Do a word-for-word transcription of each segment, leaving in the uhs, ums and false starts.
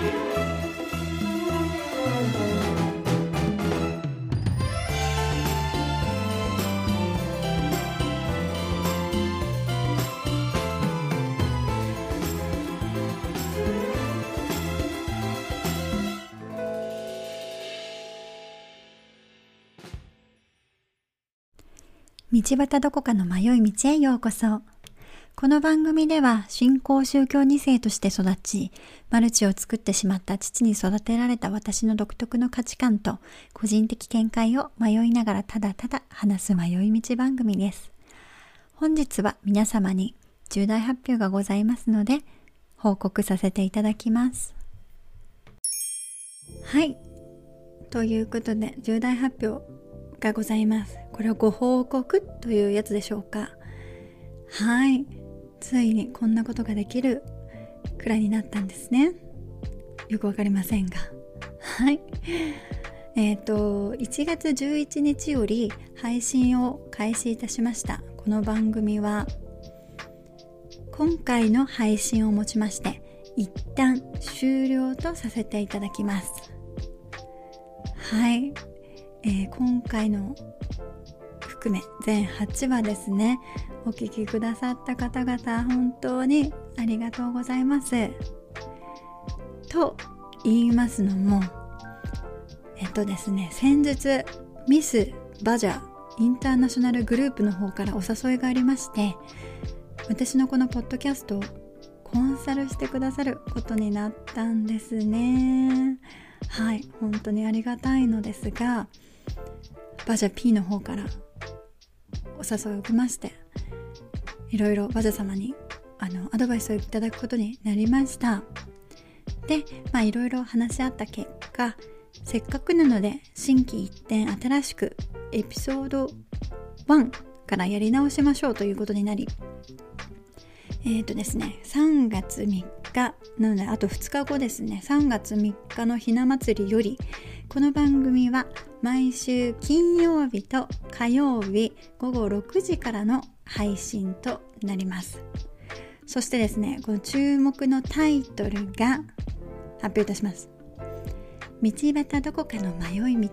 道端どこかの迷い道へようこそ。この番組では新興宗教に世として育ち、マルチを作ってしまった父に育てられた私の独特の価値観と個人的見解を迷いながらただただ話す迷い道番組です。本日は皆様に重大発表がございますので報告させていただきます。はい。ということで重大発表がございます。これをご報告というやつでしょうか。はい。ついにこんなことができるくらいになったんですね。よくわかりませんが。はい。えっと、いちがつじゅういちにちより配信を開始いたしました。この番組は、今回の配信をもちまして、一旦終了とさせていただきます。はい。えー、今回の含め全はちわですね、お聞きくださった方々本当にありがとうございます。と言いますのも、えっとですね先日ミスバジャインターナショナルグループの方からお誘いがありまして、私のこのポッドキャストをコンサルしてくださることになったんですね。はい、本当にありがたいのですが、バジャ P の方からお誘いを受けまして、いろいろバジャ様にあのアドバイスをいただくことになりました。で、まあいろいろ話し合った結果、せっかくなので心機一転新しくエピソードワンからやり直しましょうということになり、えっとですねさんがつみっかなのであとふつかごですね、さんがつみっかのひな祭りよりこの番組は毎週金曜日と火曜日ごごろくじからの配信となります。そしてですね、この注目のタイトルが発表いたします。道端どこかの迷い道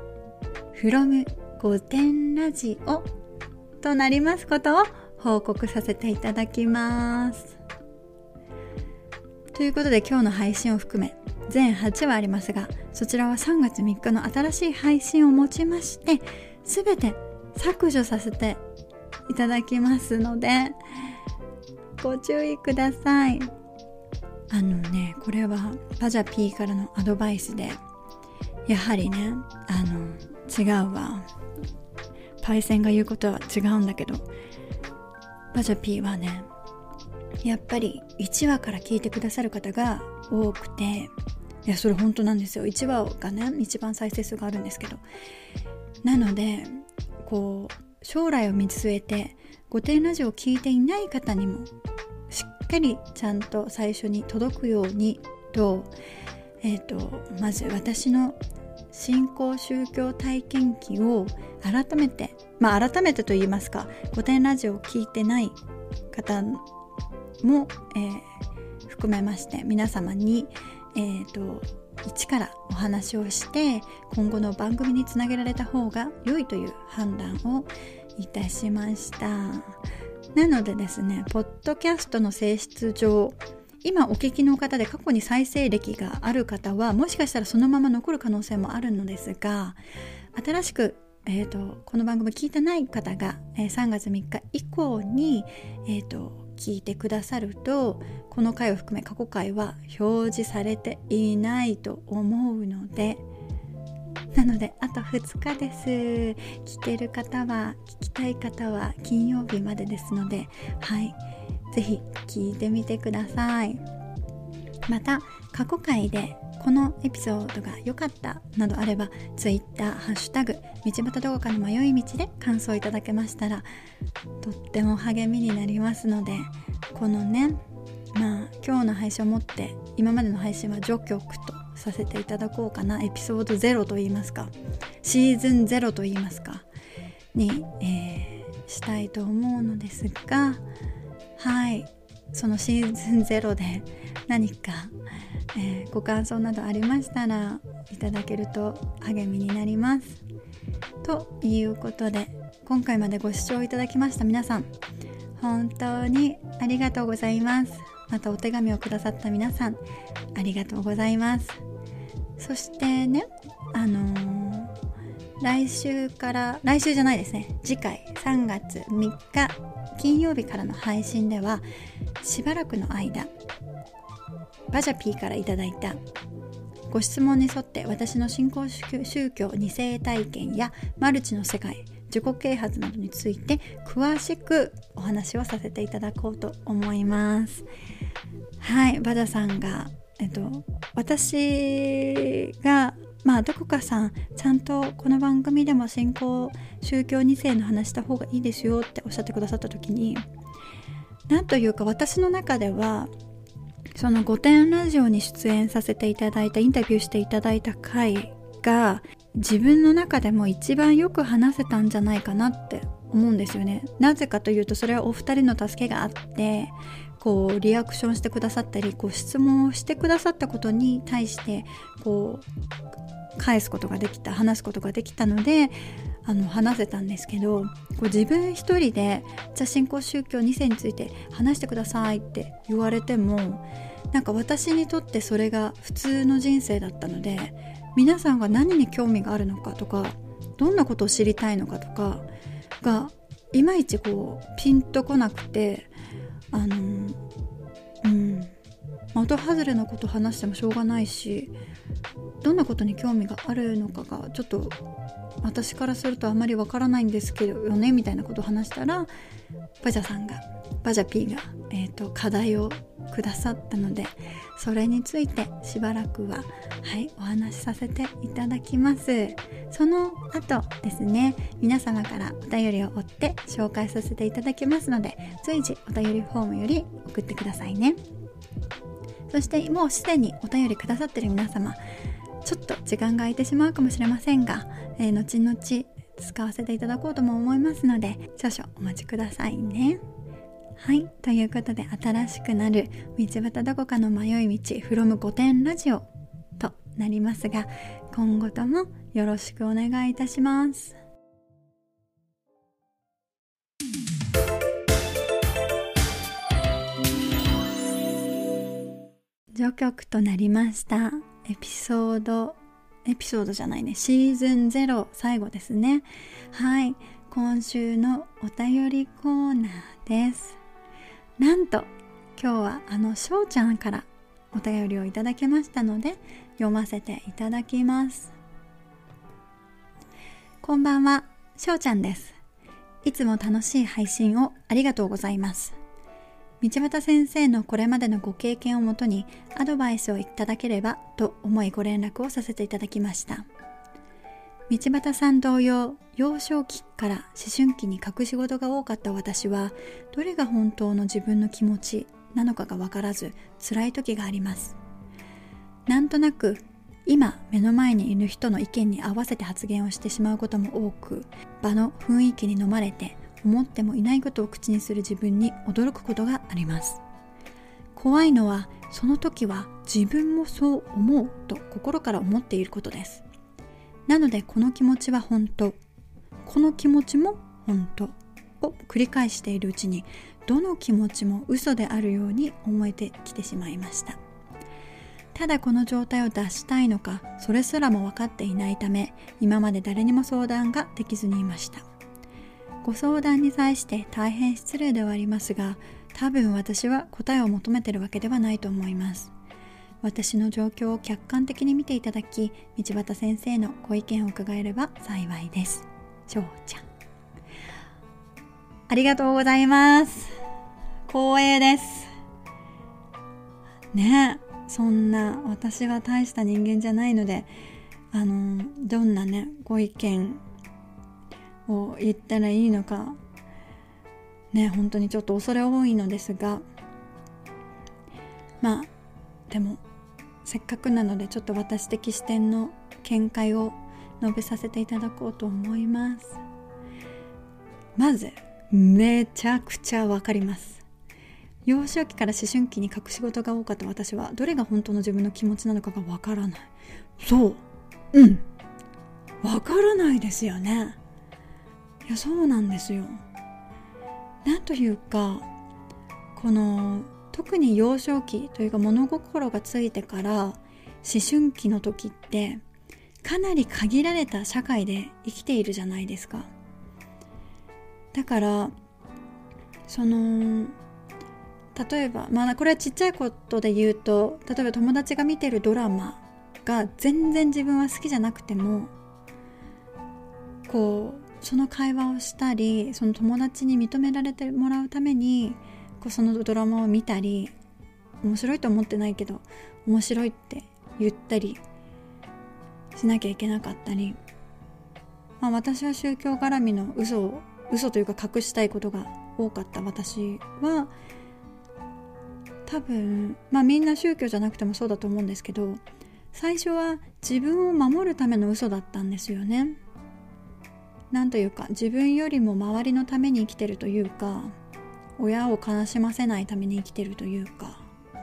from 御殿ラジオとなりますことを報告させていただきます。ということで今日の配信を含め全はちわありますが、そちらはさんがつみっかの新しい配信をもちましてすべて削除させていただきますのでご注意ください。あのね、これはバジャ P からのアドバイスで、やはりね、あの違うわ、パイセンが言うことは違うんだけど、バジャ P はね、やっぱりいちわから聞いてくださる方が多くて、いやそれ本当なんですよ。いちわがね一番再生数があるんですけど、なのでこう将来を見据えて御殿ラジオを聞いていない方にもしっかりちゃんと最初に届くようにと、えーとまず私の新興宗教体験記を改めてまあ改めてと言いますか、御殿ラジオを聞いてない方も、えー、含めまして皆様に、えーと、一からお話をして今後の番組につなげられた方が良いという判断をいたしました。なのでですね、ポッドキャストの性質上、今お聞きの方で過去に再生歴がある方はもしかしたらそのまま残る可能性もあるのですが、新しくえーと、この番組聞いてない方が、えー、さんがつみっか以降に、えーと、聞いてくださると、この回を含め過去回は表示されていないと思うので、なのであとふつかです。聞ける方は、聞きたい方は金曜日までですので、はい、ぜひ聞いてみてください。また過去回でこのエピソードが良かったなどあれば、ツイッターハッシュタグ道端どこかの迷い道で感想いただけましたらとっても励みになりますので、このね、まあ今日の配信をもって今までの配信は序曲とさせていただこうかな、エピソードゼロと言いますか、シーズンゼロと言いますかに、えー、したいと思うのですが、はい、そのシーズンゼロで何かえー、ご感想などありましたらいただけると励みになります。ということで、今回までご視聴いただきました皆さん、本当にありがとうございます。またお手紙をくださった皆さん、ありがとうございます。そしてね、あのー、来週から来週じゃないですね次回さんがつみっか金曜日からの配信では、しばらくの間バジャピーからいただいたご質問に沿って私の新興宗教に世体験やマルチの世界、自己啓発などについて詳しくお話をさせていただこうと思います。はい、バジャさんが、えっと、私がまあどこかさんちゃんとこの番組でも新興宗教に世の話した方がいいですよっておっしゃってくださった時に、なんというか私の中ではその御殿ラジオに出演させていただいたインタビューしていただいた回が自分の中でも一番よく話せたんじゃないかなって思うんですよね。なぜかというと、それはお二人の助けがあって、こうリアクションしてくださったり、こう質問をしてくださったことに対してこう返すことができた、話すことができたので、あの話せたんですけど、こう自分一人でじゃあ新興宗教に世について話してくださいって言われても、なんか私にとってそれが普通の人生だったので、皆さんが何に興味があるのかとか、どんなことを知りたいのかとかがいまいちこうピンとこなくて、あのうん的外れのこと話してもしょうがないし、どんなことに興味があるのかがちょっと私からするとあまりわからないんですけどよねみたいなことを話したら、バジャさんがバジャピーが、えーと、課題をくださったので、それについてしばらくは、はい、お話しさせていただきます。その後ですね、皆様からお便りを追って紹介させていただきますので、随時お便りフォームより送ってくださいね。そしてもうすでにお便りくださっている皆様、ちょっと時間が空いてしまうかもしれませんが、えー、後々使わせていただこうとも思いますので、少々お待ちくださいね。はい、ということで、新しくなる道端どこかの迷い道 from 御殿ラジオとなりますが、今後ともよろしくお願いいたします。序曲となりましたエピソードエピソードじゃないねシーズンゼロ最後ですね。はい、今週のお便りコーナーです。なんと今日はあのしょうちゃんからお便りをいただきましたので、読ませていただきます。こんばんは、しょうちゃんです。いつも楽しい配信をありがとうございます。道端先生のこれまでのご経験をもとにアドバイスをいただければと思いご連絡をさせていただきました。道端さん同様、幼少期から思春期に隠し事が多かった私は、どれが本当の自分の気持ちなのかが分からず辛い時があります。なんとなく今目の前にいる人の意見に合わせて発言をしてしまうことも多く、場の雰囲気に飲まれて思ってもいないことを口にする自分に驚くことがあります。怖いのは、その時は自分もそう思うと心から思っていることです。なのでこの気持ちは本当、この気持ちも本当を繰り返しているうちに、どの気持ちも嘘であるように思えてきてしまいました。ただこの状態を脱したいのか、それすらも分かっていないため、今まで誰にも相談ができずにいました。ご相談に際して大変失礼ではありますが、多分私は答えを求めているわけではないと思います。私の状況を客観的に見ていただき、道端先生のご意見を伺えれば幸いです。しょうちゃん。ありがとうございます。光栄です。ねえ、そんな私は大した人間じゃないので、あのどんなねご意見を言ったらいいのかね、本当にちょっと恐れ多いのですが、まあでもせっかくなのでちょっと私的視点の見解を述べさせていただこうと思います。まずめちゃくちゃわかります。 幼少期から思春期に隠し事が多かった私はどれが本当の自分の気持ちなのかがわからない。そううんわからないですよね。いやそうなんですよ。なんというかこの特に幼少期というか物心がついてから思春期の時ってかなり限られた社会で生きているじゃないですか。だからその例えばまあこれはちっちゃいことで言うと、例えば友達が見てるドラマが全然自分は好きじゃなくてもこうその会話をしたり、その友達に認められてもらうためにこうそのドラマを見たり、面白いと思ってないけど面白いって言ったりしなきゃいけなかったり、まあ、私は宗教絡みの嘘を嘘というか隠したいことが多かった私は多分、まあみんな宗教じゃなくてもそうだと思うんですけど、最初は自分を守るための嘘だったんですよね。なんというか自分よりも周りのために生きてるというか、親を悲しませないために生きてるというか、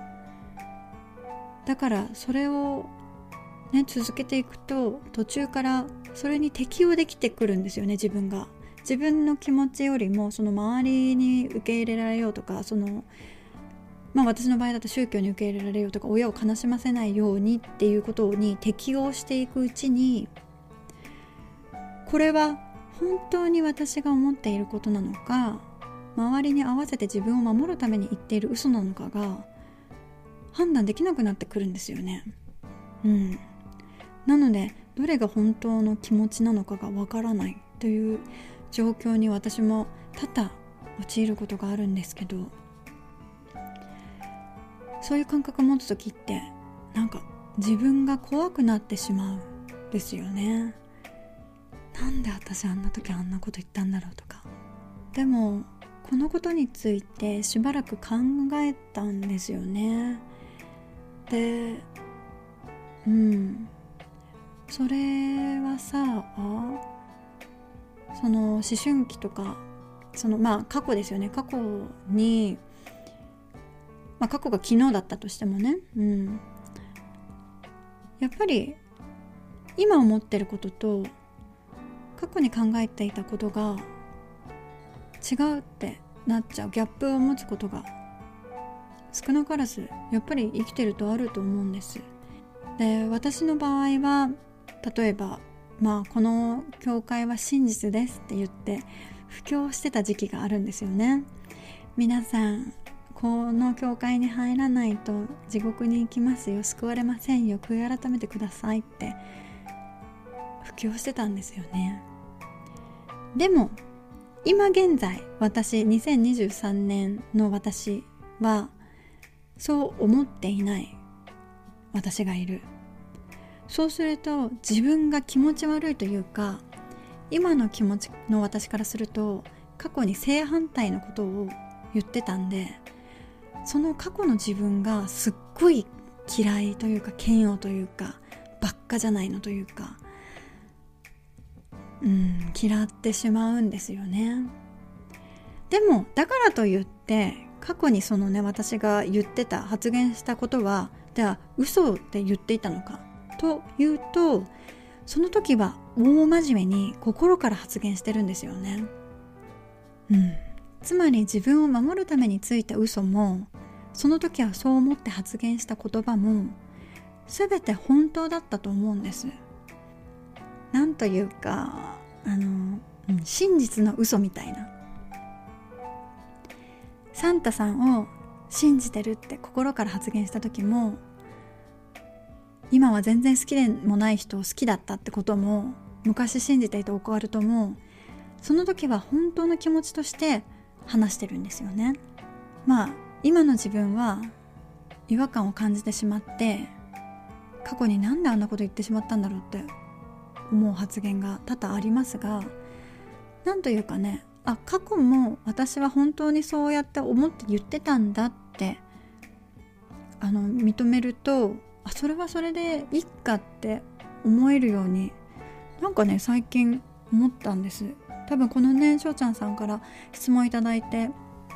だからそれをね続けていくと途中からそれに適応できてくるんですよね。自分が自分の気持ちよりもその周りに受け入れられようとか、そのまあ私の場合だと宗教に受け入れられようとか、親を悲しませないようにっていうことに適応していくうちに、これは本当に私が思っていることなのか、周りに合わせて自分を守るために言っている嘘なのかが判断できなくなってくるんですよね。うん。なのでどれが本当の気持ちなのかがわからないという状況に私も多々陥ることがあるんですけど、そういう感覚を持つときってなんか自分が怖くなってしまうんですよね。なんで私あんな時あんなこと言ったんだろうとか。でもこのことについてしばらく考えたんですよね。でうんそれはさその思春期とかそのまあ過去ですよね。過去にまあ過去が昨日だったとしてもね、うん、やっぱり今思ってることと過去に考えていたことが違うってなっちゃうギャップを持つことが少なからずやっぱり生きてるとあると思うんです。で私の場合は例えばまあこの教会は真実ですって言って布教してた時期があるんですよね。皆さんこの教会に入らないと地獄に行きますよ、救われませんよ、悔い改めてくださいって布教してたんですよね。でも今現在私にせんにじゅうさんねんの私はそう思っていない私がいる。そうすると自分が気持ち悪いというか、今の気持ちの私からすると過去に正反対のことを言ってたんで、その過去の自分がすっごい嫌いというか嫌悪というかばっかじゃないのというか、うん嫌ってしまうんですよね。でもだからといって過去にそのね私が言ってた発言したことはでは嘘で言っていたのかというと、その時は大真面目に心から発言してるんですよね。うんつまり自分を守るためについた嘘も、その時はそう思って発言した言葉も全て本当だったと思うんです。なんというかあの、うん、真実の嘘みたいな。サンタさんを信じてるって心から発言した時も、今は全然好きでもない人を好きだったってことも昔信じていたオカルトも、その時は本当の気持ちとして話してるんですよね。まあ今の自分は違和感を感じてしまって、過去になんであんなこと言ってしまったんだろうって思う発言が多々ありますが、なんというかね、あ過去も私は本当にそうやって思って言ってたんだってあの認めると、あそれはそれでいいかって思えるようになんかね最近思ったんです。多分このねしょうちゃんさんから質問いただいて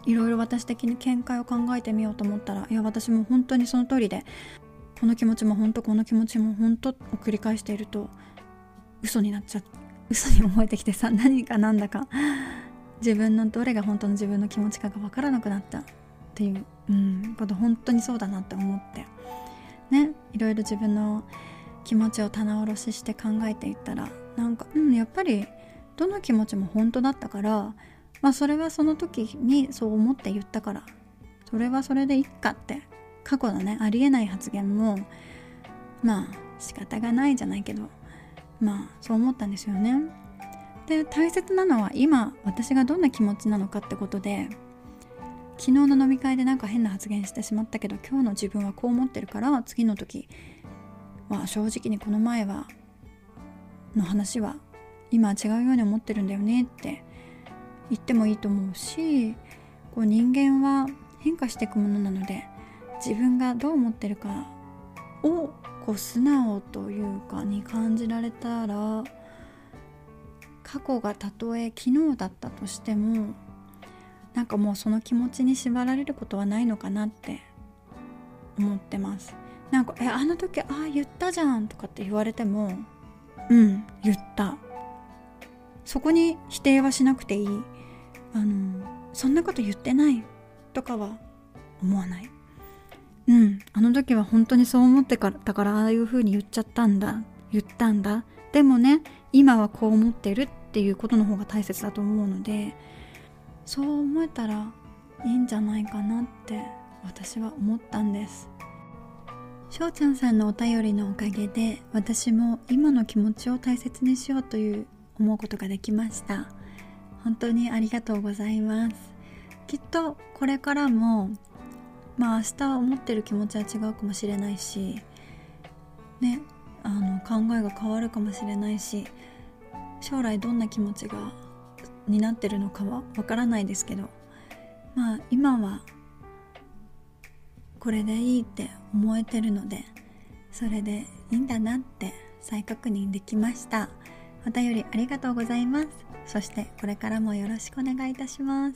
いろいろ私的に見解を考えてみようと思ったら、いや私も本当にその通りで、この気持ちも本当この気持ちも本当を繰り返していると嘘になっちゃう嘘に思えてきてさ、何かなんだか自分のどれが本当の自分の気持ちかが分からなくなったっていう、うん、こと本当にそうだなって思ってね、いろいろ自分の気持ちを棚卸しして考えていったら、なんかうんやっぱりどの気持ちも本当だったから、まあそれはその時にそう思って言ったから、それはそれでいいかって、過去のねありえない発言もまあ仕方がないじゃないけど、まあそう思ったんですよね。で大切なのは今私がどんな気持ちなのかってことで、昨日の飲み会でなんか変な発言してしまったけど、今日の自分はこう思ってるから、次の時は正直にこの前はの話は今は違うように思ってるんだよねって言ってもいいと思うし、こう人間は変化していくものなので、自分がどう思ってるかをこう素直というかに感じられたら、過去がたとえ昨日だったとしてもなんかもうその気持ちに縛られることはないのかなって思ってます。なんかえあの時ああ言ったじゃんとかって言われても、うん言った、そこに否定はしなくていい、あのそんなこと言ってないとかは思わない。うんあの時は本当にそう思ってからだからああいう風に言っちゃったんだ言ったんだでもね今はこう思ってるっていうことの方が大切だと思うので、そう思えたらいいんじゃないかなって私は思ったんです。しょうちゃんさんのお便りのおかげで、私も今の気持ちを大切にしようという思うことができました。本当にありがとうございます。きっとこれからもまあ明日思ってる気持ちは違うかもしれないしね、あの考えが変わるかもしれないし、将来どんな気持ちがになってるのかはわからないですけど、まあ今はこれでいいって思えてるので、それでいいんだなって再確認できました。お便りありがとうございます。そしてこれからもよろしくお願いいたします。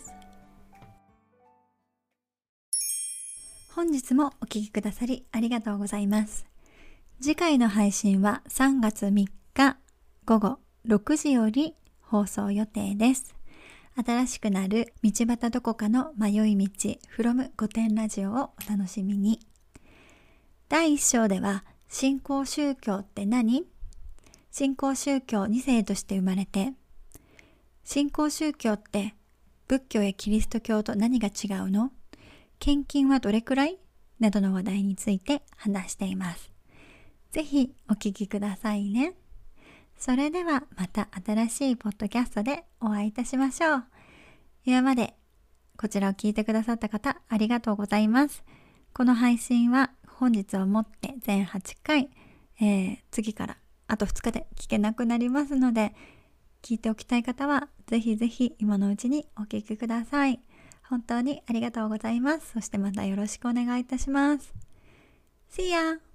本日もお聞きくださりありがとうございます。次回の配信はさんがつみっかごごろくじより放送予定です。新しくなる道端どこかの迷い道 from 御殿ラジオをお楽しみに。だいいっ章では新興宗教って何？新興宗教に世として生まれて、新興宗教って仏教やキリスト教と何が違うの？献金はどれくらい？などの話題について話しています。ぜひお聞きくださいね。それではまた新しいポッドキャストでお会いいたしましょう。今までこちらを聞いてくださった方ありがとうございます。この配信は本日をもって全はちかい、えー、次からあとふつかで聞けなくなりますので、聞いておきたい方はぜひぜひ今のうちにお聞きください。本当にありがとうございます。そしてまたよろしくお願いいたします。See ya!